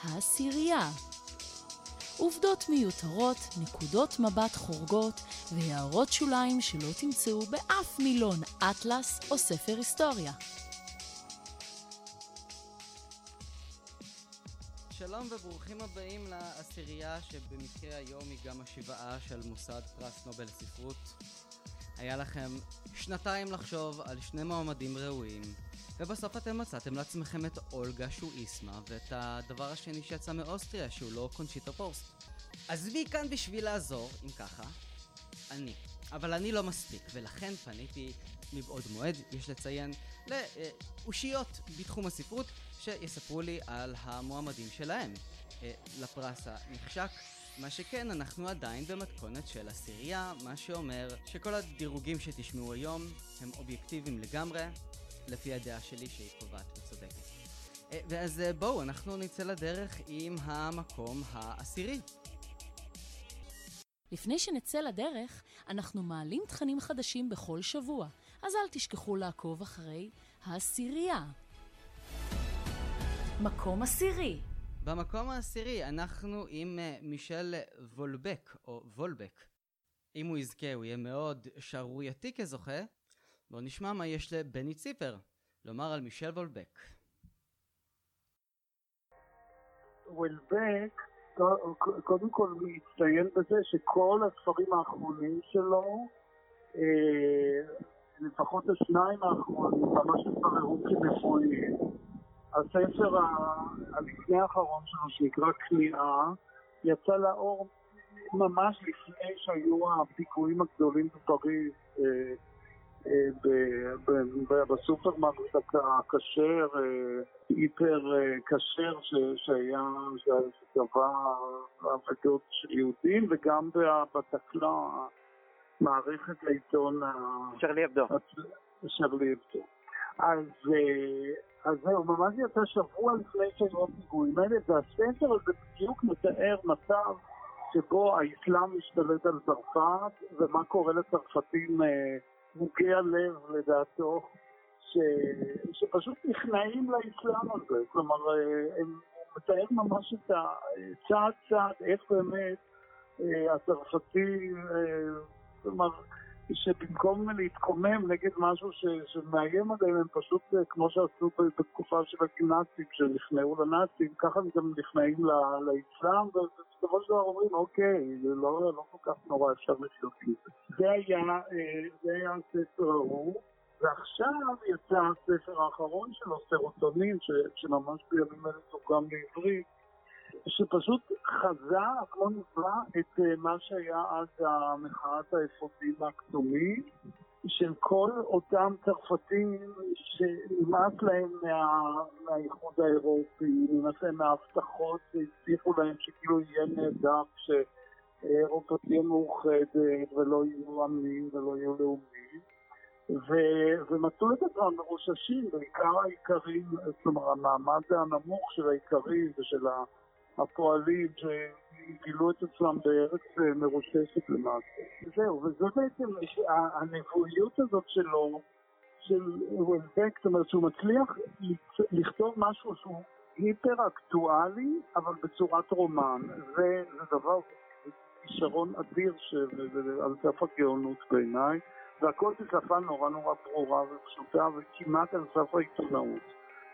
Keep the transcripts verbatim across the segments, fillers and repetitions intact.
העשירייה. עובדות מיותרות, נקודות מבט חורגות והערות שוליים שלא תמצאו באף מילון אטלס או ספר היסטוריה. שלום וברוכים הבאים לעשירייה, שבמקרה היום היא גם השבעה של מוסד פרס נובל לספרות. היה לכם שנתיים לחשוב על שני מועמדים ראויים, ובסוף אתם מצאתם לעצמכם את אולגה שהוא איסמה, ואת הדבר השני שיצא מאוסטריה שהוא לא קונצ'יטה וורסט. אז מי כאן בשביל לעזור, אם ככה? אני. אבל אני לא מספיק, ולכן פניתי מבעוד מועד, יש לציין, לאושיות בתחום הספרות שיספרו לי על המועמדים שלהם לפרס הנחשק. מה שכן, אנחנו עדיין במתכונת של עשירייה, מה שאומר שכל הדירוגים שתשמעו היום הם אובייקטיביים לגמרי, לפי הדעה שלי שהיא קובעת וצודקת. ואז בואו, אנחנו נצא לדרך עם המקום העשירי. לפני שנצא לדרך, אנחנו מעלים תכנים חדשים בכל שבוע, אז אל תשכחו לעקוב אחרי העשירייה. מקום עשירי. במקום העשירי אנחנו עם מישל וולבק, או וולבק. אם הוא יזכה, הוא יהיה מאוד שערורייתי כזוכה. בואו נשמע מה יש לבני ציפר לומר על מישל וולבק. וולבק, קודם כל מצטיין בזה שכל הספרים האחרונים שלו, לפחות השניים האחרונים, ממש התבררו כנפואים. הספר הלפני האחרון שלו, שנקרא כניעה, יצא לאור ממש לפני שהיו הפיגועים הגדולים בפריז, בסופרמרקט הכשר, היפר כשר שהיה שגבה עבודות של יהודים, וגם בתקלה, מערכת לעיתון שרלי אבדו. שרלי אבדו. אז, אז זהו, ממש יצא שבוע לפני שהיו הפיגועים האלה, והספר הזה בדיוק מתאר מצב שבו האסלאם משתלט על צרפת, ומה קורה לצרפתים מוגי הלב לדעתו, ש, שפשוט נכנעים לאסלאם הזה. כלומר, הם מתאר ממש את הצעד צעד, איך באמת הצרפתים, כלומר, שבמקום להתקומם נגד משהו ש, שמאיים עליהם, הם פשוט, כמו שעשו בתקופה של הנאצים, שנכנעו לנאצים, ככה הם גם נכנעים לאסלאם, ובסופו של דבר אומרים, אוקיי, זה לא, לא כל כך נורא, אפשר לחיות עם זה. זה היה, זה היה הספר ההוא, ועכשיו יצא הספר האחרון שלו, סרוטונין, ש, שממש בימים האלה תורגם לעברית, שפשוט חזה, כמו נברא, את מה שהיה אז המחאת האפודים הכתומית, של כל אותם צרפתים שנמאס להם מה, מהאיחוד האירופי, נמאס להם מההבטחות שהבטיחו להם שכאילו יהיה נהדר שאירופה תהיה מאוחדת ולא יהיו עמים ולא יהיו לאומים, ו- ומצאו את עצמם מרוששים, בעיקר העיקרים, זאת אומרת, המעמד הנמוך של העיקרים ושל ה... הפועלים שגילו את עצמם בארץ מרוששת למעשה. זהו, וזו בעצם הנבואיות הזאת שלו, של וולבק, זאת אומרת שהוא מצליח לכתוב משהו שהוא היפר אקטואלי, אבל בצורת רומן. זה, זה דבר, כישרון אדיר על סף הגאונות בעיניי, והכל בשפה נורא נורא ברורה ופשוטה, וכמעט על סף העיתונאות.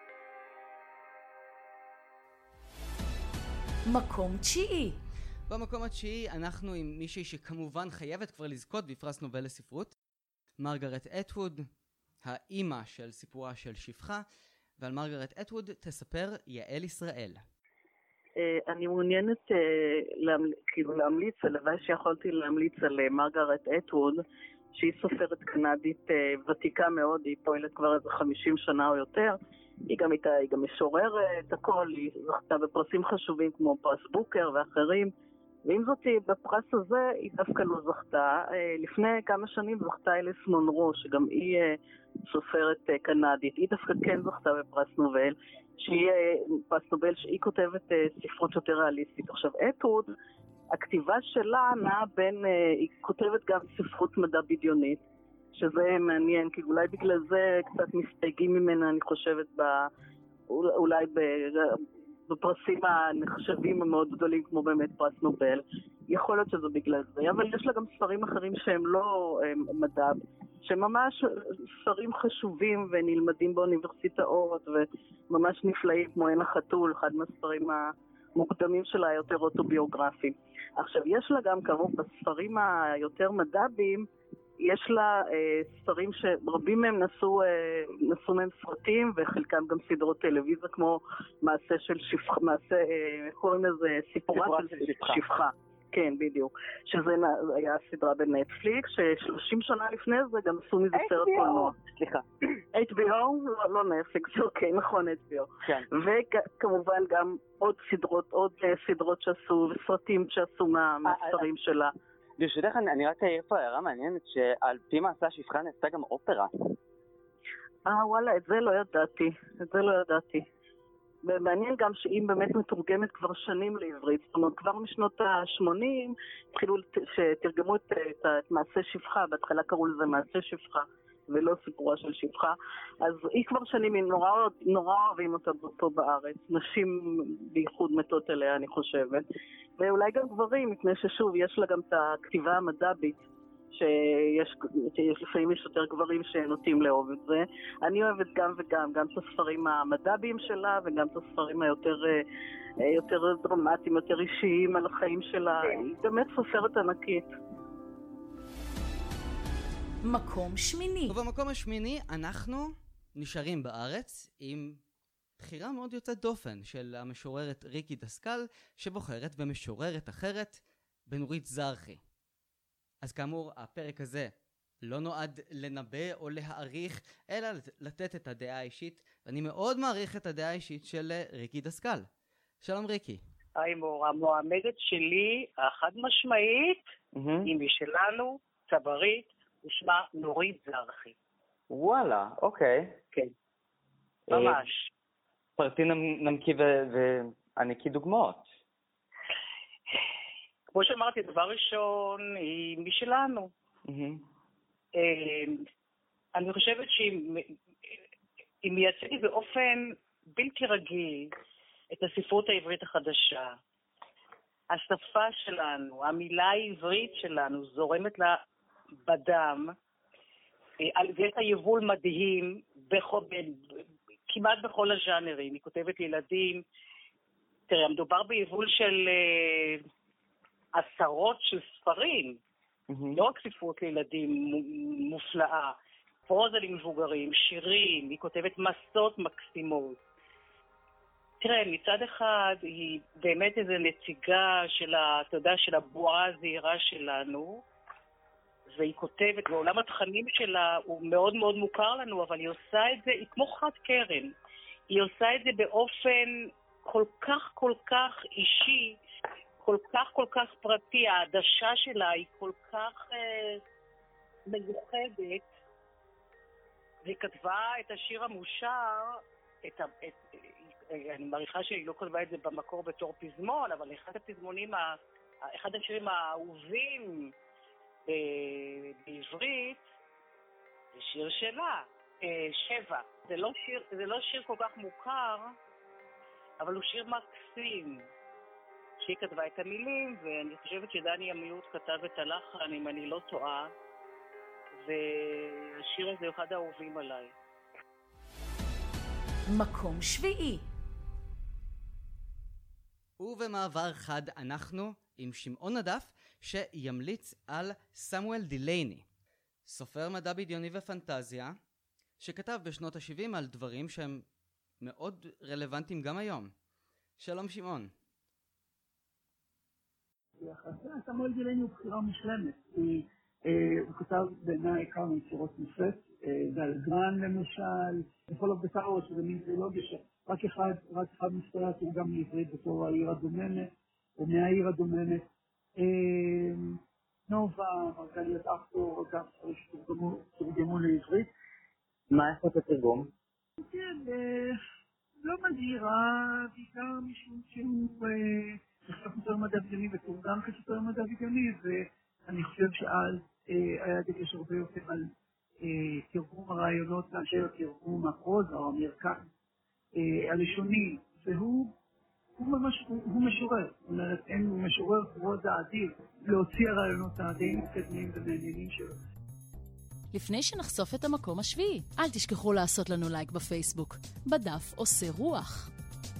מקום תשיעי. במקום התשיעי אנחנו עם מישהי שכמובן חייבת כבר לזכות בפרס נובל לספרות, מרגרט אטווד, האימא של סיפורה של שפחה, ועל מרגרט אטווד תספר יעל ישראל. אני מעוניינת כאילו להמליץ, הלוואי שיכולתי להמליץ על מרגרט אטווד, שהיא סופרת קנדית ותיקה מאוד, היא פועלת כבר איזה חמישים שנה או יותר. היא גם איתה, היא גם משוררת, הכל, היא זכתה בפרסים חשובים כמו פרס בוקר ואחרים, ועם זאת בפרס הזה היא דווקא לא זכתה. לפני כמה שנים זכתה אליס מונרו, שגם היא סופרת קנדית, היא דווקא כן זכתה בפרס נובל, שהיא פרס נובל שהיא כותבת ספרות יותר ריאליסטית. עכשיו אטווד, הכתיבה שלה נעה בין, היא כותבת גם ספרות מדע בדיונית, שזה מעניין, כי אולי בגלל זה קצת מסתייגים ממנה, אני חושבת, ב, אולי ב, בפרסים הנחשבים המאוד גדולים, כמו באמת פרס נובל. יכול להיות שזה בגלל זה, אבל יש לה גם ספרים אחרים שהם לא הם, מדע, שממש ספרים חשובים ונלמדים באוניברסיטאות וממש נפלאים, כמו עין החתול, אחד מהספרים המוקדמים שלה היותר אוטוביוגרפיים. עכשיו, יש לה גם כמובן בספרים היותר מדעביים, יש לה אה, ספרים שרבים מהם נשאו, אה, נשאו מהם סרטים, וחלקם גם סדרות טלוויזיה, כמו מעשה של שפחה, מעשה, אה, קוראים לזה סיפורה של שפחה. שפחה. כן, בדיוק. שזה היה סדרה בנטפליקס, ש-שלושים שנה לפני זה גם עשו מזה סרט קולנוע. סליחה. אייץ' בי או? לא, לא נטפליקס, אוקיי, נכון, אייץ' בי או. כן. וכמובן גם עוד סדרות, עוד סדרות שעשו, וסרטים שעשו מה, מהספרים שלה. ברשותך, אני רק אעיר פה הערה מעניינת, שעל פי מעשה השפחה נעשתה גם אופרה. אה, וואלה, את זה לא ידעתי. את זה לא ידעתי. מעניין גם שאם באמת מתורגמת כבר שנים לעברית, זאת אומרת, כבר משנות ה-שמונים, התחילו שתרגמו את, את, את מעשה שפחה, בהתחלה קראו לזה מעשה שפחה, ולא סיפורה של שפחה, אז היא כבר שנים, נורא, נורא אוהבים אותה פה בארץ, נשים בייחוד מתות אליה, אני חושבת, ואולי גם גברים, מפני ששוב, יש לה גם את הכתיבה המדעבית, שיש, שיש לפעמים יש יותר גברים שנוטים לאהוב את זה. אני אוהבת גם וגם, גם את הספרים המדעביים שלה, וגם את הספרים היותר יותר דרמטיים, יותר אישיים על החיים שלה. היא באמת סופרת ענקית. מקום שמיני. ובמקום השמיני אנחנו נשארים בארץ עם בחירה מאוד יוצאת דופן של המשוררת ריקי דסקל, שבוחרת במשוררת אחרת בנורית זרחי. אז כאמור, הפרק הזה לא נועד לנבא או להעריך, אלא לתת את הדעה האישית, ואני מאוד מעריך את הדעה האישית של ריקי דסקל. שלום ריקי. היי מור, המועמדת שלי, החד משמעית, Mm-hmm. היא משלנו, צברית, ושמה נורית זרחי. וואלה, אוקיי. כן, ממש. פרטי נמקי וענקי דוגמאות. כמו שאמרתי, דבר ראשון, היא משלנו. Mm-hmm. אני חושבת שהיא מייצגת באופן בלתי רגיל את הספרות העברית החדשה. השפה שלנו, המילה העברית שלנו זורמת לה בדם, על זה היבול מדהים בכל, כמעט בכל הז'אנרים. היא כותבת לילדים, תראה, מדובר ביבול של uh, עשרות של ספרים, mm-hmm. לא רק ספרות לילדים מופלאה, פרוזה למבוגרים, שירים, היא כותבת מסות מקסימות. תראה, מצד אחד היא באמת איזו נציגה של, ה, אתה יודע, של הבועה הזהירה שלנו, והיא כותבת, ועולם התכנים שלה הוא מאוד מאוד מוכר לנו, אבל היא עושה את זה, היא כמו חד קרן, היא עושה את זה באופן כל כך כל כך אישי, כל כך כל כך פרטי, העדשה שלה היא כל כך אה, מיוחדת, והיא כתבה את השיר המושר, את, את, אני מעריכה שהיא לא כתבה את זה במקור בתור פזמון, אבל אחד הפזמונים, אחד השירים האהובים בעברית, זה שיר שלה, שבע. זה לא שיר, זה לא שיר כל כך מוכר, אבל הוא שיר מקסים. שהיא כתבה את המילים, ואני חושבת שדני עמיהוד כתב את הלחן, אם אני לא טועה, והשיר הזה הוא אחד האהובים עליי. מקום שביעי. ובמעבר חד אנחנו עם שמעון נדף שימליץ על סמואל דילייני, סופר מדע בדיוני ופנטזיה, שכתב בשנות ה-שבעים על דברים שהם מאוד רלוונטיים גם היום. שלום שמעון. סמואל דילייני הוא בחירה משלמת. הוא כתב בעיניי כמה יצירות מופת, דלגרן למשל, בכל אוף בטאוור, שזה מין טרילוגיה שרק אחד, רק אחד מספרי התורגם לעברית בתור העיר הדוממת, או מהעיר הדוממת. נובה, מרגליות אחטור, גם שתורגמו לעברית. מה איכות התרגום? כן, לא מזהירה, בעיקר משום שהוא נחשב יותר מדע בדיוני ותורגם כסופר מדע בדיוני, ואני חושב שאז היה דגש הרבה יותר על תרגום הרעיונות מאשר תרגום הפרוזה או המרקם הלשוני, והוא הוא ממש, הוא, הוא משורר. זאת אומרת, אין, הוא משורר פרוזה אדיר להוציא הרעיונות הדי מתקדמים ומעניינים שלו. לפני שנחשוף את המקום השביעי, אל תשכחו לעשות לנו לייק בפייסבוק. בדף עושה רוח.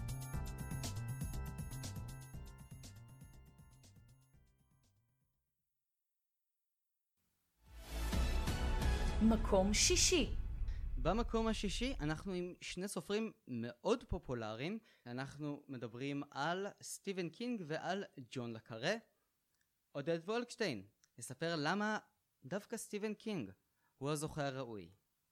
מקום שישי. במקום השישי אנחנו עם שני סופרים מאוד פופולריים. אנחנו מדברים על סטיבן קינג ועל ג'ון לקארה. עודד וולקשטיין יספר למה דווקא סטיבן קינג הוא הזוכה הראוי.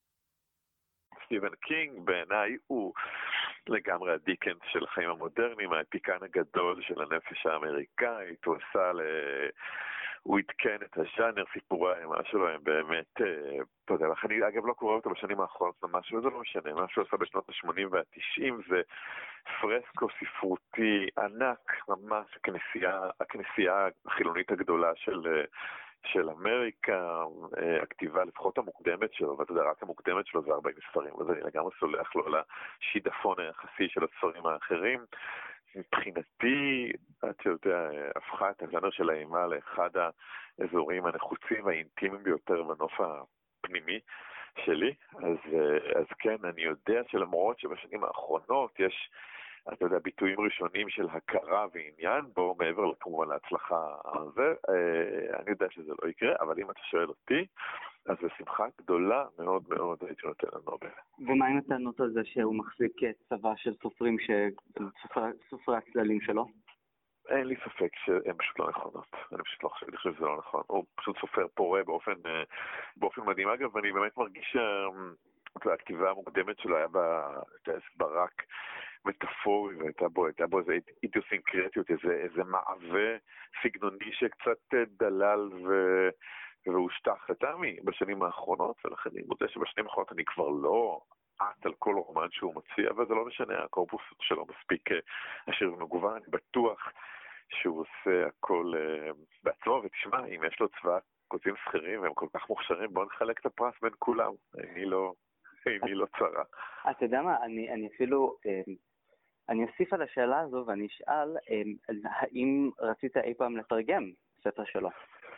סטיבן קינג בעיניי הוא לגמרי הדיקנס של החיים המודרניים, האפיקן הגדול של הנפש האמריקאית. הוא עשה ל... הוא עדכן את הז'אנר, סיפורי האימה שלו הם באמת, אתה יודע, אני אגב לא קורא אותו בשנים האחרונות, משהו, זה לא משנה, מה שהוא עשה בשנות ה-שמונים וה-תשעים זה פרסקו ספרותי ענק, ממש הכנסייה, הכנסייה החילונית הגדולה של, של אמריקה, הכתיבה לפחות המוקדמת שלו, ואתה יודע, רק המוקדמת שלו זה ארבעים ספרים, אז אני לגמרי סולח לו על השידפון היחסי של הספרים האחרים. מבחינתי, אתה יודע, הפכה את הז'אנר של האימה לאחד האזורים הנחוצים והאינטימיים ביותר בנוף הפנימי שלי. אז, אז כן, אני יודע שלמרות שבשנים האחרונות יש, אתה יודע, ביטויים ראשונים של הכרה ועניין בו, מעבר כמובן להצלחה הזה, אני יודע שזה לא יקרה, אבל אם אתה שואל אותי, אז בשמחה גדולה מאוד מאוד הייתי נותן לנובל. ומה עם הטענות על זה שהוא מחזיק צבא של סופרים, סופרי הצללים שלו? אין לי ספק שהן פשוט לא נכונות. אני פשוט לא חושב, אני חושב שזה לא נכון. הוא פשוט סופר פורה באופן, באופן מדהים. אגב, אני באמת מרגיש שהכתיבה המוקדמת שלו היה ברק מטאפורי, והייתה בו, הייתה בו איזו אידיוסינקרטיות, איזה, איזה מעווה סגנוני שקצת דלל ו... והוא שטח לטעמי בשנים האחרונות, ולכן אני מודה שבשנים האחרונות אני כבר לא עט על כל רומן שהוא מציע, אבל זה לא משנה, הקורפוס שלו מספיק עשיר ומגוון, אני בטוח שהוא עושה הכל uh, בעצמו, ותשמע, אם יש לו צבא כותבים סחירים והם כל כך מוכשרים, בואו נחלק את הפרס בין כולם, אני לא, אני לא צרה. אתה יודע מה, אני, אני אפילו, אני אוסיף על השאלה הזו ואני אשאל, האם רצית אי פעם לתרגם ספר שלו?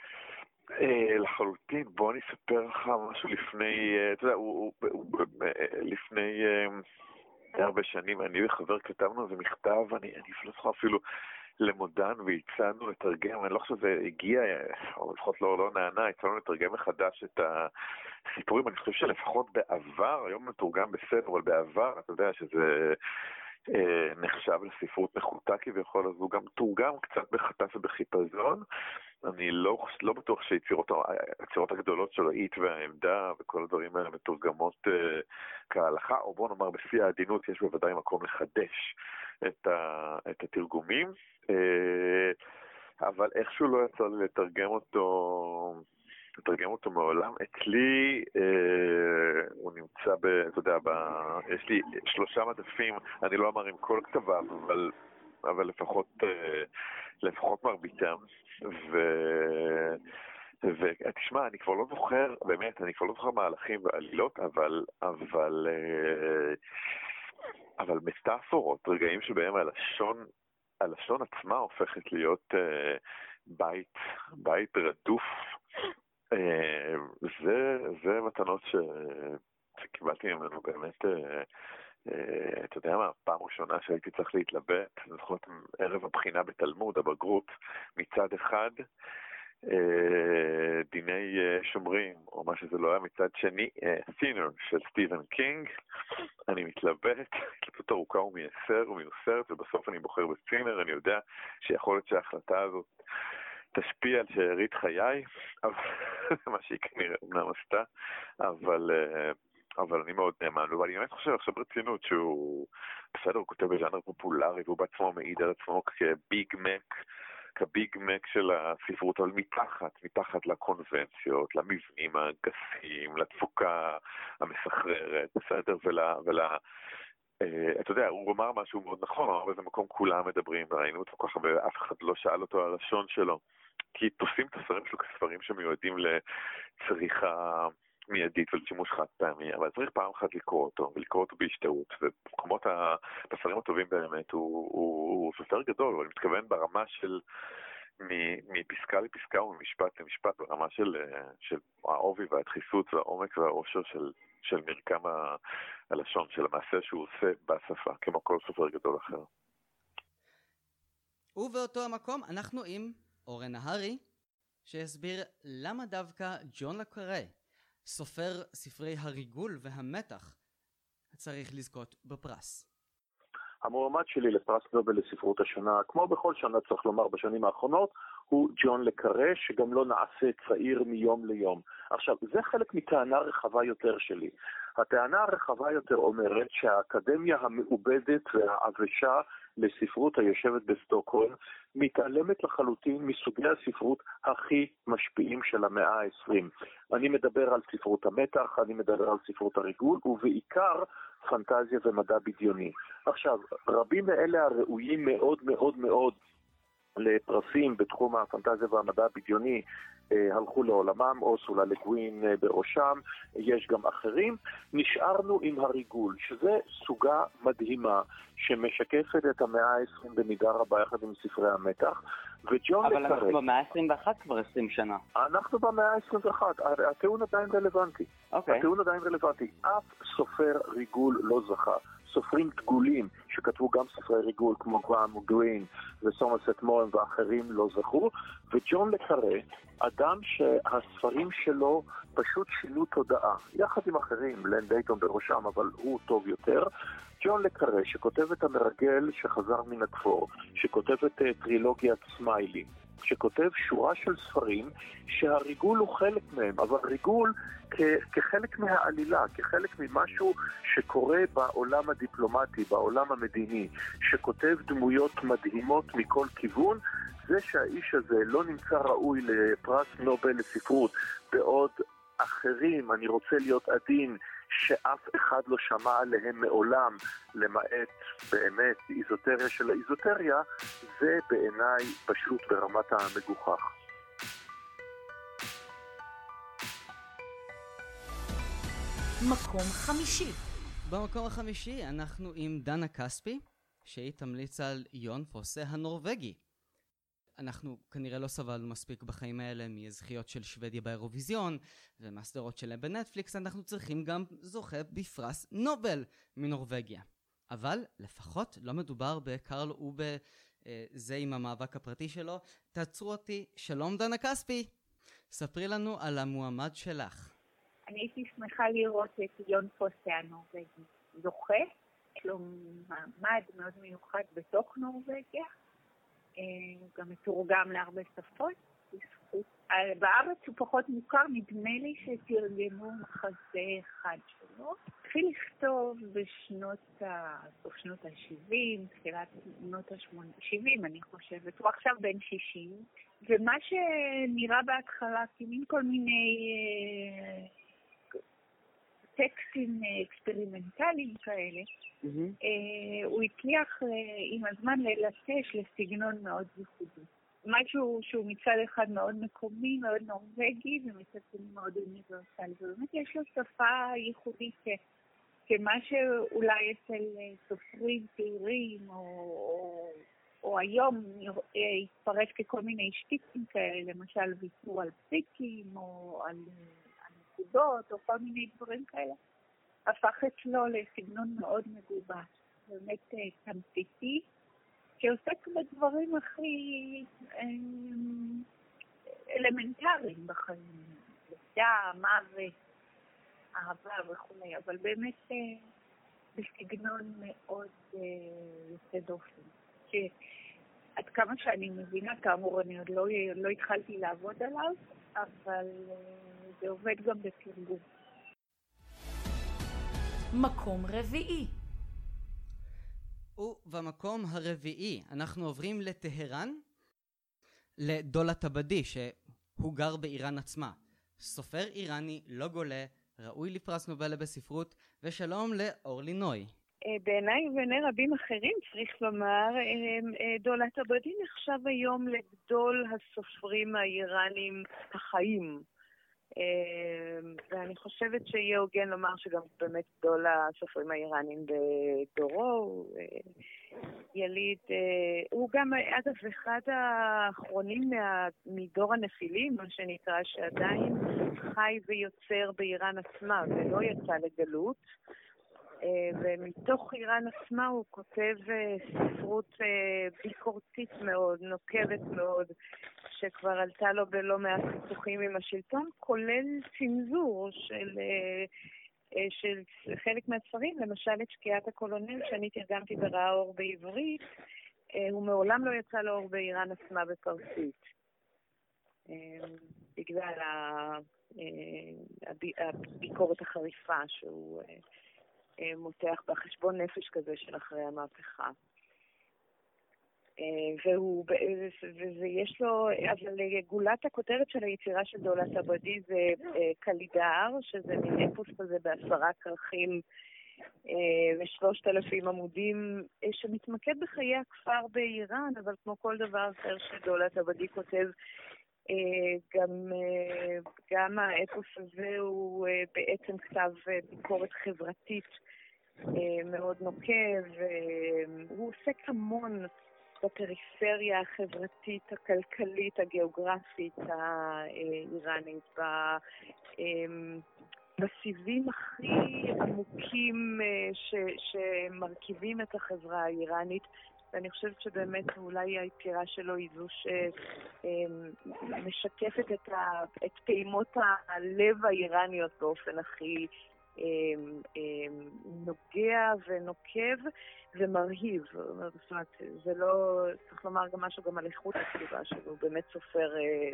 לחלוטין, בוא אני אספר לך משהו לפני, אתה יודע, לפני הרבה שנים, אני וחבר כתבנו איזה מכתב, אני לא זוכר אפילו למודן והצענו לתרגם, אני לא חושב שזה הגיע, או לפחות לא נענה, הצענו לתרגם מחדש את הסיפורים, אני חושב שלפחות בעבר, היום מתורגם בסדר, אבל בעבר, אתה יודע שזה נחשב לספרות נחותה כביכול, אז הוא גם תורגם קצת בחטף ובחיפזון. אני לא, לא בטוח שהיצירות היצירות הגדולות שלו, אית והעמדה וכל הדברים האלה מתורגמות uh, כהלכה, או בוא נאמר בפי העדינות יש בוודאי מקום לחדש את, ה, את התרגומים, uh, אבל איכשהו לא יצא לי לתרגם אותו לתרגם אותו מעולם. אצלי אה, הוא נמצא ב, אתה יודע, ב, יש לי שלושה מדפים, אני לא אמר עם כל כתביו, אבל, אבל לפחות, אה, לפחות מרביתם. ו, ותשמע, אני כבר לא זוכר, באמת, אני כבר לא זוכר מהלכים ועלילות, אבל, אבל, אה, אבל מטאפורות, רגעים שבהם הלשון, הלשון עצמה הופכת להיות אה, בית, בית רדוף. זה, זה מתנות ש... שקיבלתי ממנו באמת, אתה יודע מה, פעם ראשונה שהייתי צריך להתלבט, אני זוכר ערב הבחינה בתלמוד, הבגרות, מצד אחד, דיני שומרים, או מה שזה לא היה, מצד שני, סינר של סטיבן קינג, אני מתלבט, התלבטות ארוכה ומייסר ומיוסרת, ובסוף אני בוחר בסינר, אני יודע שיכול להיות שההחלטה הזאת תשפיע על שארית חיי, מה שהיא כנראה אמנם עשתה, אבל, אבל אני מאוד נאמן, אבל אני באמת חושב עכשיו ברצינות שהוא, בסדר, הוא כותב בז'אנר פופולרי, והוא בעצמו מעיד על עצמו כביג מק, כביג מק של הספרות, אבל מתחת, מתחת לקונבנציות, למבנים הגסים, לתפוקה המסחררת, בסדר, ולה, ולה Uh, אתה יודע, הוא אמר משהו מאוד נכון, אמר באיזה מקום כולם מדברים, ראינו אותו ככה, ואף אחד לא שאל אותו על הלשון שלו, כי תופסים את הספרים שלו כספרים שמיועדים לצריכה מיידית ולשימוש חד פעמי, אבל צריך פעם אחת לקרוא אותו, ולקרוא אותו בהשתאות, ובמקומות הספרים הטובים באמת הוא, הוא, הוא סופר גדול, הוא מתכוון ברמה של מפסקה לפסקה וממשפט למשפט, ברמה של, של העובי והדחיסות והעומק והאושר של, של מרקם הלשון, של המעשה שהוא עושה בשפה, כמו כל סופר גדול אחר. ובאותו המקום אנחנו עם אורן נהרי, שהסביר למה דווקא ג'ון לקארה, סופר ספרי הריגול והמתח, צריך לזכות בפרס. המועמד שלי לפרס נובל לספרות השנה, כמו בכל שנה צריך לומר בשנים האחרונות, הוא ג'ון לקארה, שגם לא נעשה צעיר מיום ליום. עכשיו, זה חלק מטענה רחבה יותר שלי. הטענה הרחבה יותר אומרת שהאקדמיה המעובדת והעבשה לספרות היושבת בסטוקהולם מתעלמת לחלוטין מסוגי הספרות הכי משפיעים של המאה ה-עשרים. אני מדבר על ספרות המתח, אני מדבר על ספרות הריגול, ובעיקר פנטזיה ומדע בדיוני. עכשיו, רבים מאלה הראויים מאוד מאוד מאוד לפרסים בתחום הפנטזיה והמדע הבדיוני אה, הלכו לעולמם, אורסולה לה גווין אה, בראשם, יש גם אחרים. נשארנו עם הריגול, שזה סוגה מדהימה שמשקפת את המאה ה-עשרים במידה רבה יחד עם ספרי המתח. וג'ון אבל לקארה, אנחנו במאה ה-עשרים ואחת כבר עשרים שנה. אנחנו במאה ה-עשרים ואחת, הטיעון עדיין רלוונטי. אוקיי. הטיעון עדיין רלוונטי. אף סופר ריגול לא זכה. סופרים דגולים שכתבו גם ספרי ריגול כמו גרהם גרין וסומרסט מאם ואחרים לא זכו, וג'ון לקארה, אדם שהספרים שלו פשוט שינו תודעה, יחד עם אחרים, לן דייטון בראשם, אבל הוא טוב יותר. ג'ון לקארה שכותב את המרגל שחזר מן הכפור, שכותב את טרילוגיית סמיילי, שכותב שורה של ספרים שהריגול הוא חלק מהם, אבל ריגול כ- כחלק מהעלילה, כחלק ממשהו שקורה בעולם הדיפלומטי, בעולם המדיני, שכותב דמויות מדהימות מכל כיוון. זה שהאיש הזה לא נמצא ראוי לפרס נובל לספרות, בעוד אחרים, אני רוצה להיות עדין, שאף אחד לא שמע עליהם מעולם, למעט באמת איזוטריה של האיזוטריה, זה בעיניי פשוט ברמת המגוחך. מקום חמישי. במקום החמישי אנחנו עם דנה כספי, שהיא תמליץ על יון פוסה הנורווגי. אנחנו כנראה לא סבלנו מספיק בחיים האלה מזכיות של שוודיה באירוויזיון ומהסדרות שלהם בנטפליקס, אנחנו צריכים גם זוכה בפרס נובל מנורווגיה. אבל לפחות לא מדובר בקרל ובזה עם המאבק הפרטי שלו. תעצרו אותי, שלום דנה כספי, ספרי לנו על המועמד שלך. אני הייתי שמחה לראות את יון פוסה הנורווגי זוכה, יש לו מעמד מאוד מיוחד בתוך נורווגיה, הוא גם מתורגם להרבה שפות. בארץ הוא פחות מוכר, נדמה לי שתרגמו מחזה אחד שלו. התחיל לכתוב בשנות ה... סוף שנות ה-שבעים, תחילת שנות ה-שבעים אני חושבת. הוא עכשיו בן שישים, ומה שנראה בהתחלה כמין כל מיני טקסטים אקספרימנטליים כאלה, mm-hmm. הוא הצליח עם הזמן ללטש לסגנון מאוד ייחודי. משהו שהוא מצד אחד מאוד מקומי, מאוד נורווגי, ומצד שני מאוד אוניברסלי. ובאמת יש לו שפה ייחודית כמה שאולי אצל סופרים צעירים, או, או, או היום יתפרש ככל מיני שטיקים כאלה, למשל ויתור על פסיקים, או על... נקודות, או כל מיני דברים כאלה, הפך אצלו לסגנון מאוד מגובש, באמת תמציתי, שעוסק בדברים הכי אלמנטריים בחיים, לידה, מוות, אהבה וכו', אבל באמת בסגנון מאוד יוצא דופן. שעד כמה שאני מבינה, כאמור, אני עוד לא, לא התחלתי לעבוד עליו, אבל זה עובד גם בתרגום. מקום רביעי. ובמקום הרביעי אנחנו עוברים לטהרן, לדולת הבדי, שהוא גר באיראן עצמה. סופר איראני, לא גולה, ראוי לפרס נובל בספרות, ושלום לאורלי נוי. בעיניי ובעיני רבים אחרים צריך לומר, דולת הבדי נחשב היום לגדול הסופרים האיראנים החיים. ואני חושבת שיהיה הוגן לומר שגם באמת גדול הסופרים האיראנים בדורו, הוא יליד, הוא גם אגב אחד האחרונים מדור הנפילים, מה שנקרא, שעדיין חי ויוצר באיראן עצמה ולא יצא לגלות, ומתוך איראן עצמה הוא כותב ספרות ביקורתית מאוד, נוקבת מאוד, שכבר עלתה לו בלא מעט חיכוכים עם השלטון, כולל צנזור של, של חלק מהספרים, למשל את שקיעת הקולונל, שאני תרגמתי ברעה אור בעברית, הוא מעולם לא יצא לאור באיראן עצמה בפרסית, בגלל הביקורת החריפה שהוא מותח בחשבון נפש כזה של אחרי המהפכה. והוא, ויש לו, אבל גולת הכותרת של היצירה של דולת עבדי זה קלידאר, שזה מין אפוס כזה בעשרה כרכים ושלושת אלפים עמודים, שמתמקד בחיי הכפר באיראן, אבל כמו כל דבר אחר שדולת עבדי כותב, גם, גם האפוס הזה הוא בעצם כתב ביקורת חברתית מאוד נוקב, הוא עוסק המון בפריפריה החברתית, הכלכלית, הגיאוגרפית האיראנית, בסיבים הכי עמוקים ש, שמרכיבים את החברה האיראנית, ואני חושבת שבאמת אולי היצירה שלו היא זו שמשקפת את, ה, את פעימות הלב האיראניות באופן הכי נוגע ונוקב ומרהיב. זאת אומרת, זה לא, צריך לומר גם משהו גם על איכות הכתיבה שלו, הוא באמת סופר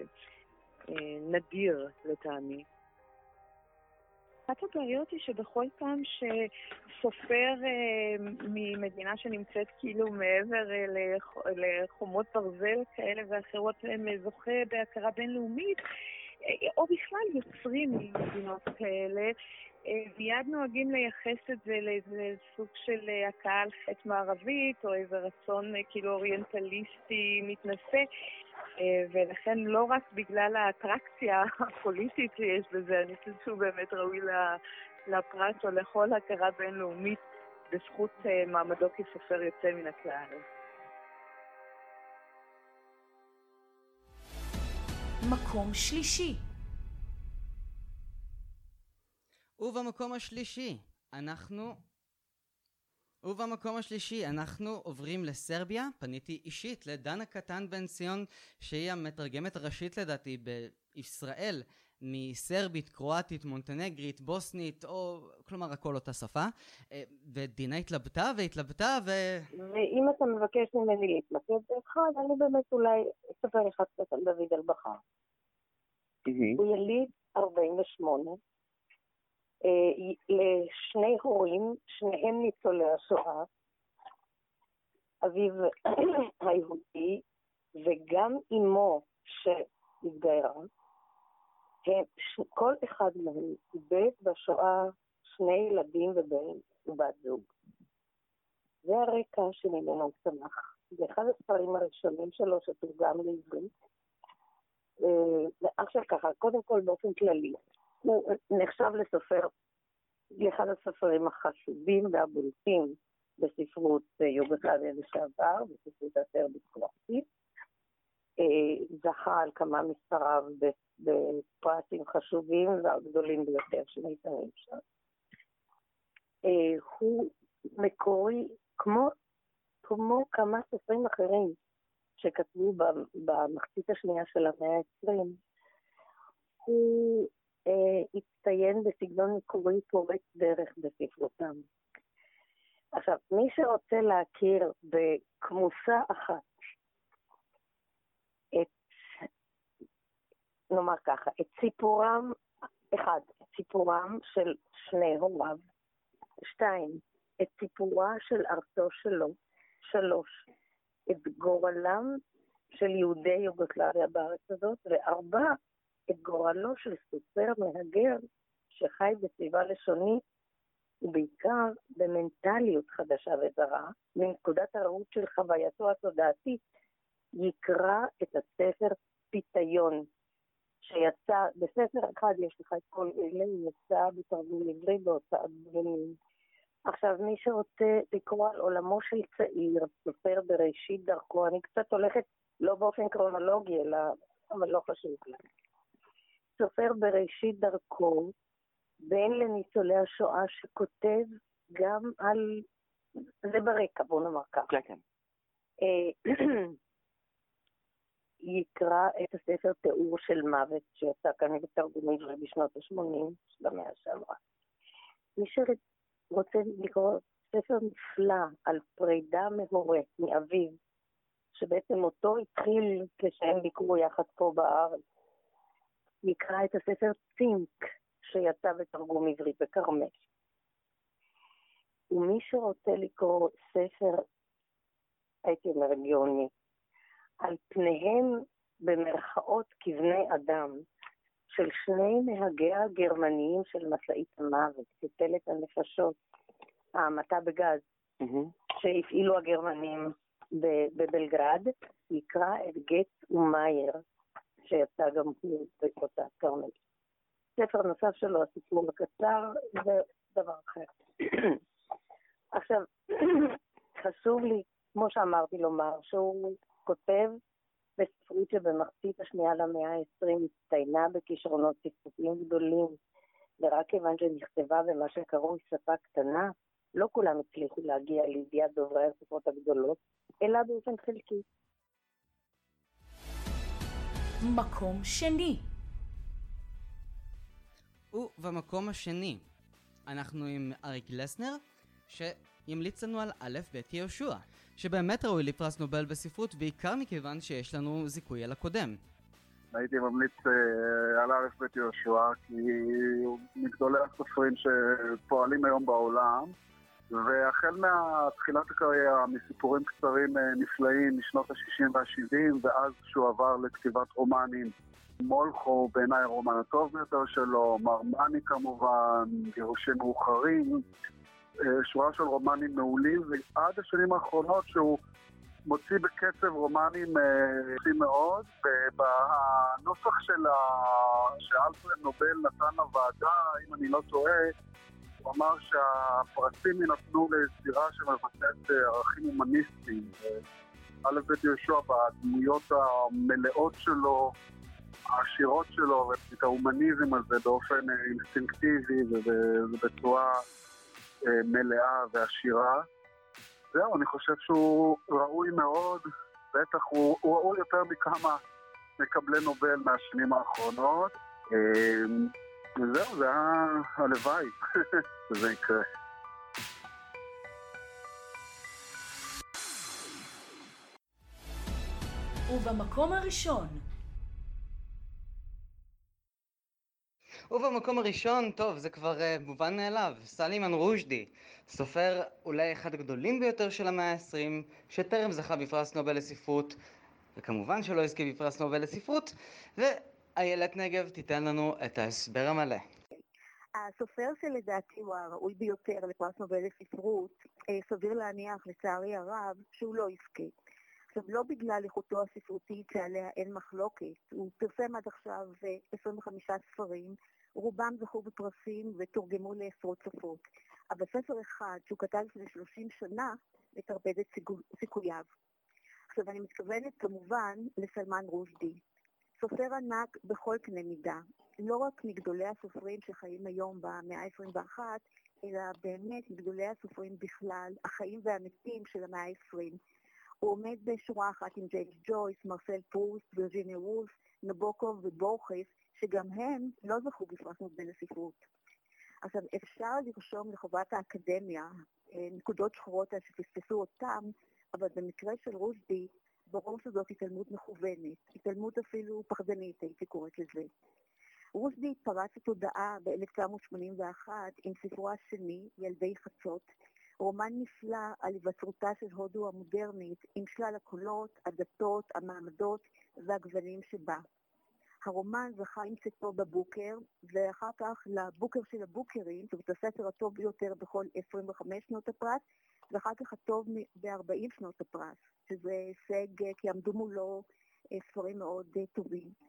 נדיר לטעמי. אחת הבעיות היא שבכל פעם שסופר ממדינה שנמצאת כאילו מעבר לחומות ברזל כאלה ואחרות זוכה בהכרה בינלאומית, או בכלל יוצרים ממדינות כאלה, מיד נוהגים לייחס את זה לאיזה סוג של הקאה על חטא מערבית, או איזה רצון כאילו אוריינטליסטי מתנשא, ולכן לא רק בגלל האטרקציה הפוליטית שיש בזה, אני חושבת שהוא באמת ראוי לפרס או לכל הכרה בינלאומית בזכות מעמדו כסופר יוצא מן הכלל. מקום שלישי. ובמקום השלישי, אנחנו... ובמקום השלישי, אנחנו עוברים לסרביה. פניתי אישית לדנה קטן בן ציון, שהיא המתרגמת הראשית לדעתי בישראל, מסרבית, קרואטית, מונטנגרית, בוסנית, או כלומר הכל אותה שפה. ודינה התלבטה והתלבטה ו... ואם אתה מבקש ממני להתמקד באחד, אני באמת אולי אספר אחד קצת על דוד אלבחר. הוא יליד ארבעים ושמונה. לשני הורים, שניהם ניצולי השואה, אביו היהודי וגם אמו שהתגיירה, כל אחד מהם איבד בשואה שני ילדים ובן ובת זוג. זה הרקע שממנו הוא צמח. זה אחד הספרים הראשונים שלו שתורגם לעברית. עכשיו ככה, קודם כל באופן כללי, הוא נחשב לסופר, לאחד הסופרים החשובים והבולטים בספרות יוגוסלביה לשעבר, בספרות הסרבית קרואטית. זכה על כמה מספריו בפרסים חשובים והגדולים ביותר שניתנים שם. הוא מקורי, כמו, כמו כמה סופרים אחרים שכתבו במחצית השנייה של המאה העשרים, הוא הצטיין בסגנון מקורי פורץ דרך בספרותם. עכשיו, מי שרוצה להכיר בכמוסה אחת את, נאמר ככה, את סיפורם, אחד, את סיפורם של שני הוריו, שתיים, את סיפורה של ארצו שלו, שלוש, את גורלם של יהודי יוגוסלביה בארץ הזאת, וארבע, את גורלו של סופר מהגר שחי בסביבה לשונית, ובעיקר במנטליות חדשה וזרה, מנקודת הראות של חווייתו התודעתית, יקרא את הספר פיתיון שיצא, בספר אחד יש לך את כל אלה, הוא יצא בתרגום עברי בהוצאת גלים. עכשיו, מי שרוצה לקרוא על עולמו של צעיר, סופר בראשית דרכו, אני קצת הולכת לא באופן קרונולוגי, אלא, אבל לא חשוב לי. סופר בראשית דרכו, בן לניצולי השואה שכותב גם על, זה ברקע, בוא נאמר כך. כן, כן. יקרא את הספר תיאור של מוות, שיצא כאן בתרגום עברי בשנות ה-שמונים של המאה שעברה. מי שרוצה לקרוא ספר נפלא על פרידה מהורה, מאביו, שבעצם אותו התחיל כשהם ביקרו יחד פה בארץ, יקרא את הספר צינק, שיצא בתרגום עברי בכרמל. ומי שרוצה לקרוא ספר, הייתי אומר גאוני, על פניהם במרכאות כבני אדם, של שני נהגיה הגרמניים של מסעית המוות, כתלת הנפשות, ההמתה בגז, mm-hmm. שהפעילו הגרמנים בבלגרד, יקרא את גץ ומאייר, שיצא גם הוא בהוצאת כרמל. ספר נוסף שלו, הסיפור הקצר, זה דבר אחר. עכשיו, חשוב לי, כמו שאמרתי לומר, שהוא כותב בספרות שבמחצית השנייה למאה ה-עשרים הצטיינה בכישרונות ספרותיים גדולים, ורק כיוון שנכתבה במה שקרוי שפה קטנה, לא כולם הצליחו להגיע לידיעת דוברי השפות הגדולות, אלא באופן חלקי. מקום שני. ובמקום השני, אנחנו עם אריק לסנר, שימליץ לנו על א' ב' יהושע, שבאמת ראוי לפרס נובל בספרות, בעיקר מכיוון שיש לנו זיכוי על הקודם. הייתי ממליץ על א' ב' יהושע, כי הוא מגדולי הסופרים שפועלים היום בעולם, והחל מתחילת הקריירה, מסיפורים קצרים נפלאים משנות ה-שישים וה-שבעים, ואז שהוא עבר לכתיבת רומנים, מולכו בעיניי הרומן הטוב ביותר שלו, מרמני כמובן, גירושים מאוחרים, שורה של רומנים מעולים, ועד השנים האחרונות שהוא מוציא בקצב רומנים יפים מאוד, ובנוסח של שאלפרד נובל נתן לוועדה, אם אני לא טועה, הוא אמר שהפרסים ינתנו לסדרה שמבטאת ערכים הומניסטיים. א' ב' יהושע בדמויות המלאות שלו, העשירות שלו, ואת ההומניזם הזה באופן אינסטינקטיבי ובצורה מלאה ועשירה. זהו, אני חושב שהוא ראוי מאוד, בטח הוא, הוא ראוי יותר מכמה מקבלי נובל מהשנים האחרונות. וזהו, זה היה הלוואי שזה יקרה. ובמקום הראשון. ובמקום הראשון, טוב, זה כבר uh, מובן מאליו, סלימן רושדי, סופר אולי אחד הגדולים ביותר של המאה ה-עשרים, שטרם זכה בפרס נובל לספרות, וכמובן שלא יזכה בפרס נובל לספרות, ואיילת נגב תיתן לנו את ההסבר המלא. הסופר שלדעתי הוא הראוי ביותר לפרס נובל לספרות, סביר להניח לצערי הרב שהוא לא יזכה. עכשיו, לא בגלל איכותו הספרותית שעליה אין מחלוקת, הוא פרסם עד עכשיו עשרים וחמישה ספרים, רובם זכו בפרסים ותורגמו לעשרות שפות. אבל ספר אחד שהוא כתב לפני שלושים שנה, מטרפד את סיכוייו. עכשיו, אני מתכוונת כמובן לסלמן רושדי. סופר ענק בכל קנה מידה, לא רק מגדולי הסופרים שחיים היום במאה ה-עשרים ואחת, אלא באמת מגדולי הסופרים בכלל, החיים והמתים של המאה ה-עשרים. הוא עומד בשורה אחת עם ג'יימס ג'ויס, מרסל פרוסט, וירג'יניה וולף, נבוקוב ובורכס, שגם הם לא זכו בפרס נובל לספרות. עכשיו, אפשר לרשום לחובת האקדמיה נקודות שחורות שפספסו אותם, אבל במקרה של רושדי, ברור שזאת התעלמות מכוונת, התעלמות אפילו פחדנית, הייתי קוראת לזה. רושדי פרץ לתודעה ב-אלף תשע מאות שמונים ואחת עם ספרו השני, ילדי חצות, רומן נפלא על היווצרותה של הודו המודרנית עם שלל הקולות, הדתות, המעמדות והגוונים שבה. הרומן זכה עם צאתו בבוקר, ואחר כך לבוקר של הבוקרים, זאת הספר הטוב ביותר בכל עשרים וחמש שנות הפרס, ואחר כך הטוב ב-ארבעים שנות הפרס, שזה הישג כי עמדו מולו ספרים מאוד טובים.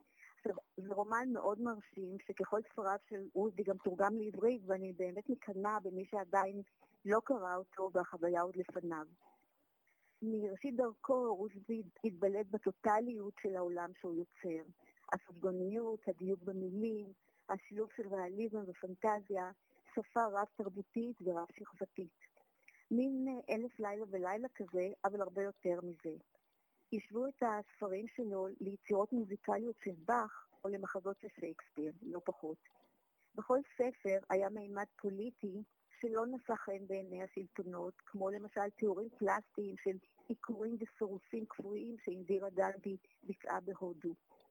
זה רומן מאוד מרשים, שככל ספריו של רוזדי גם תורגם לעברית, ואני באמת מקנאה במי שעדיין לא קרא אותו והחוויה עוד לפניו. מראשית דרכו רוזדי התבלט בטוטליות של העולם שהוא יוצר. הספגוניות, הדיוק במילים, השילוב של ריאליזם ופנטזיה, שפה רב תרבותית ורב שכבתית. מין אלף לילה ולילה כזה, אבל הרבה יותר מזה. ישבו את הספרים שלו ליצירות מוזיקליות של באך או למחזות של שייקספיר, לא פחות. בכל ספר היה מימד פוליטי שלא נשא חן בעיני השלטונות, כמו למשל תיאורים פלסטיים של עיקורים וסירוסים קבועים שאינדירה גנדי ביצעה בהודו.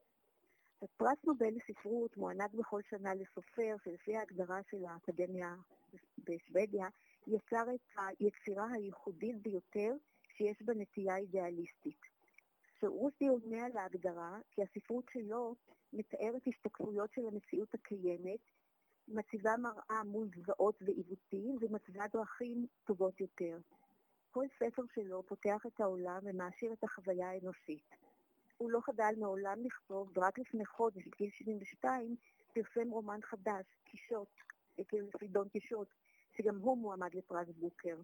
פרס נובל לספרות מוענק בכל שנה לסופר שלפי ההגדרה של האקדמיה בשוודיה יצר את היצירה הייחודית ביותר שיש בה נטייה אידיאליסטית. שרוסדי עונה על ההגדרה כי הספרות שלו מתארת השתקפויות של המציאות הקיימת, מציבה מראה מול זוועות ועיוותים ומצבה דרכים טובות יותר. כל ספר שלו פותח את העולם ומעשיר את החוויה האנושית. הוא לא חדל מעולם לכתוב, ורק לפני חודש, בגיל שבעים ושתיים, פרסם רומן חדש, קישוט, כאילו חידון קישוט, שגם הוא מועמד לפרס בוקר.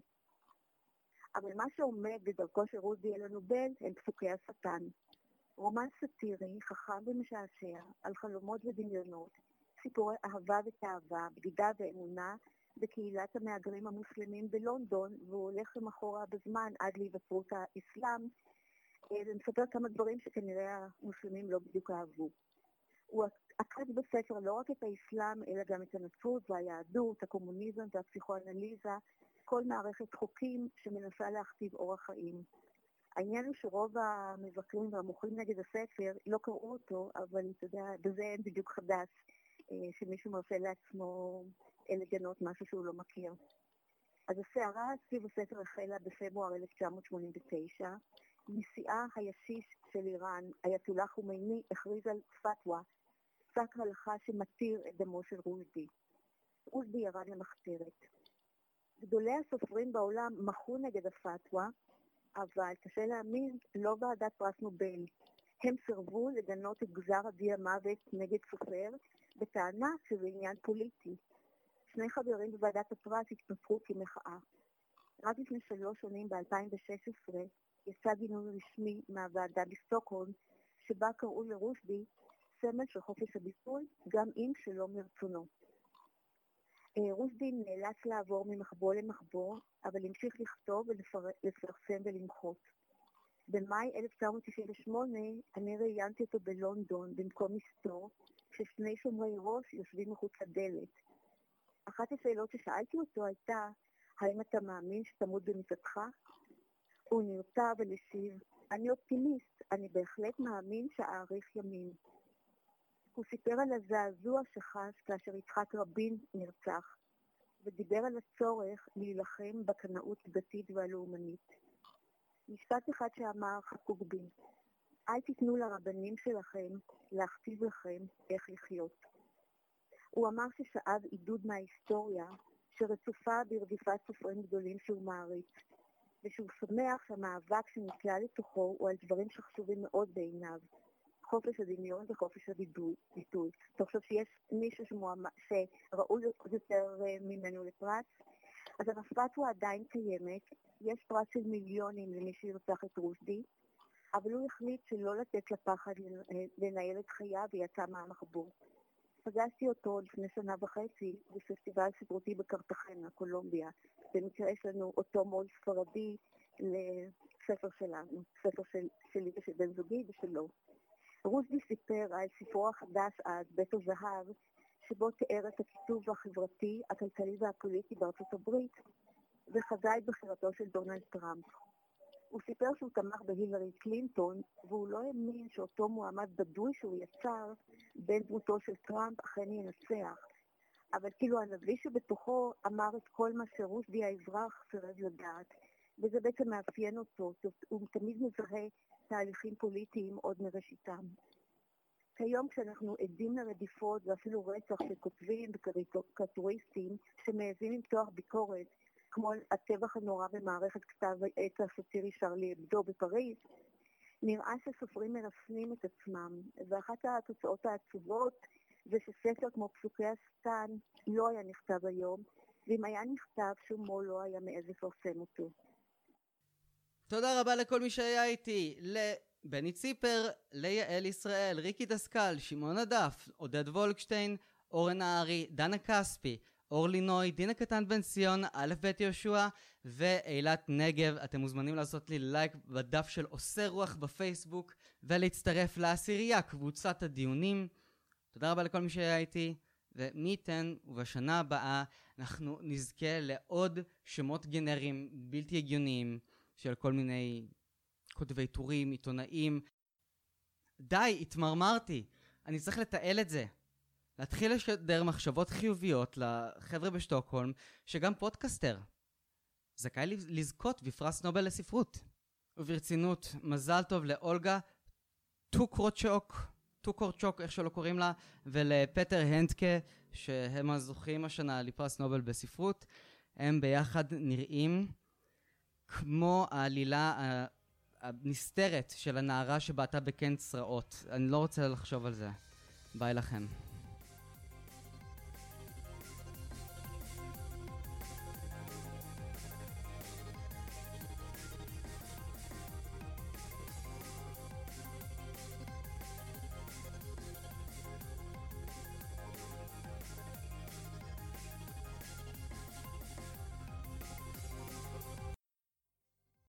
אבל מה שעומד בדרכו של רוזדי אל הנובל הם פסוקי השטן. רומן סאטירי, חכם ומשעשע, על חלומות ודמיונות, סיפורי אהבה ותאווה, בגידה ואמונה, בקהילת המהגרים המוסלמים בלונדון, והוא הולך למחורה בזמן עד להיווצרות האסלאם, ומספר כמה דברים שכנראה המוסלמים לא בדיוק אהבו. הוא עקד בספר לא רק את האסלאם, אלא גם את הנצרות והיהדות, הקומוניזם והפסיכואנליזה, כל מערכת חוקים שמנסה להכתיב אורח חיים. העניין הוא שרוב המבקרים והמוחים נגד הספר לא קראו אותו, אבל אתה יודע, בזה אין בדיוק חדש, שמישהו מרשה לעצמו לגנות משהו שהוא לא מכיר. אז הסערה סביב הספר החלה בפברואר אלף תשע מאות שמונים ותשע, נשיאה הישיש של איראן, אייתולlah חומייני, הכריז על פתווה, פסק הלכה שמתיר את דמו של רוזדי. רוזדי ירד למחתרת. גדולי הסופרים בעולם מחו נגד הפתווה, אבל קשה להאמין, לא ועדת פרס נובל. הם סרבו לגנות את גזר הדין המוות נגד סופר, בטענה שזה עניין פוליטי. שני חברים בוועדת הפרס התפטרו כמחאה. רק לפני שלוש שנים, ב-אלפיים ושש עשרה, יצא גינוי רשמי מהוועדה בסטוקהולם, שבה קראו לרוזדי סמל של חופש הביטוי, גם אם שלא מרצונו. רוזדי נאלץ לעבור ממחבוא למחבוא, אבל המשיך לכתוב ולפרסם ולמחות. במאי אלף תשע מאות תשעים ושמונה אני ראיינתי אותו בלונדון במקום מסתור, כששני שומרי ראש יושבים מחוץ לדלת. אחת השאלות ששאלתי אותו הייתה, האם אתה מאמין שתמות במיטתך? הוא נרתע ולשיב, אני אופטימיסט, אני בהחלט מאמין שאאריך ימים. הוא סיפר על הזעזוע שחש כאשר יצחק רבין נרצח, ודיבר על הצורך להילחם בקנאות דתית והלאומנית. משפט אחד שאמר חקוק בי, אל תיתנו לרבנים שלכם להכתיב לכם איך לחיות. הוא אמר ששאב עידוד מההיסטוריה שרצופה ברדיפת סופרים גדולים שהוא מעריץ, ושהוא שמח שהמאבק שנקלע לתוכו הוא על דברים שחשובים מאוד בעיניו, חופש הדמיון וחופש הביטוי. אתה חושב שיש מישהו שראוי יותר ממנו לפרס? אז המפת הוא עדיין קיימת, יש פרס של מיליונים למי שירצח את רוזדי, אבל הוא החליט שלא לתת לפחד לנהל את חייו ויצא מהמחבור. פגשתי אותו לפני שנה וחצי בפסטיבל ספרותי בקרטחנה, קולומביה. במקרה יש לנו אותו מול ספרדי לספר שלנו, ספר של, שלי ושל בן זוגי ושלו. רוזדי סיפר על ספרו החדש אז, בית הזהב, שבו תיאר את הכיתוב החברתי, הכלכלי והפוליטי בארצות הברית, וחזה את בחירתו של דונלד טראמפ. הוא סיפר שהוא תמך בהילרי קלינטון, והוא לא האמין שאותו מועמד בדוי שהוא יצר, בין דמותו של טראמפ אכן ינצח. אבל כאילו הנביא שבתוכו אמר את כל מה שרוזדי האזרח סירב לדעת, וזה בעצם מאפיין אותו, הוא תמיד מזהה תהליכים פוליטיים עוד מראשיתם. כיום כשאנחנו עדים לרדיפות ואפילו רצח של כותבים וקריקטוריסטים שמעזים למתוח ביקורת, כמו הטבח הנורא במערכת כתב העת הסאטירי שרלי אבדו בפריז, נראה שסופרים מרסנים את עצמם, ואחת התוצאות העצובות זה שספר כמו פסוקי השטן לא היה נכתב היום, ואם היה נכתב שומו לא היה מעז לפרסם אותו. תודה רבה לכל מי שהיה איתי, לבני ציפר, ליעל ישראל, ריקי דסקל, שמעון הדף, עודד וולקשטיין, אורן נהרי, דנה כספי, אורלי נוי, דינה קטן בן ציון, א' ב' יהושע ואילת נגב. אתם מוזמנים לעשות לי לייק בדף של עושה רוח בפייסבוק ולהצטרף לעשירייה, קבוצת הדיונים. תודה רבה לכל מי שהיה איתי, ומי ייתן ובשנה הבאה אנחנו נזכה לעוד שמות גנריים בלתי הגיוניים של כל מיני כותבי טורים, עיתונאים. די, התמרמרתי, אני צריך לתעל את זה. להתחיל לשדר מחשבות חיוביות לחבר'ה בשטוקהולם, שגם פודקאסטר זכאי לזכות בפרס נובל לספרות. וברצינות, מזל טוב לאולגה טוקורצ'וק, טוקורצ'וק, איך שלא קוראים לה, ולפטר הנדקה, שהם הזוכים השנה לפרס נובל בספרות. הם ביחד נראים כמו העלילה הנסתרת של הנערה שבאתה בקן צרעות. אני לא רוצה לחשוב על זה. ביי לכם.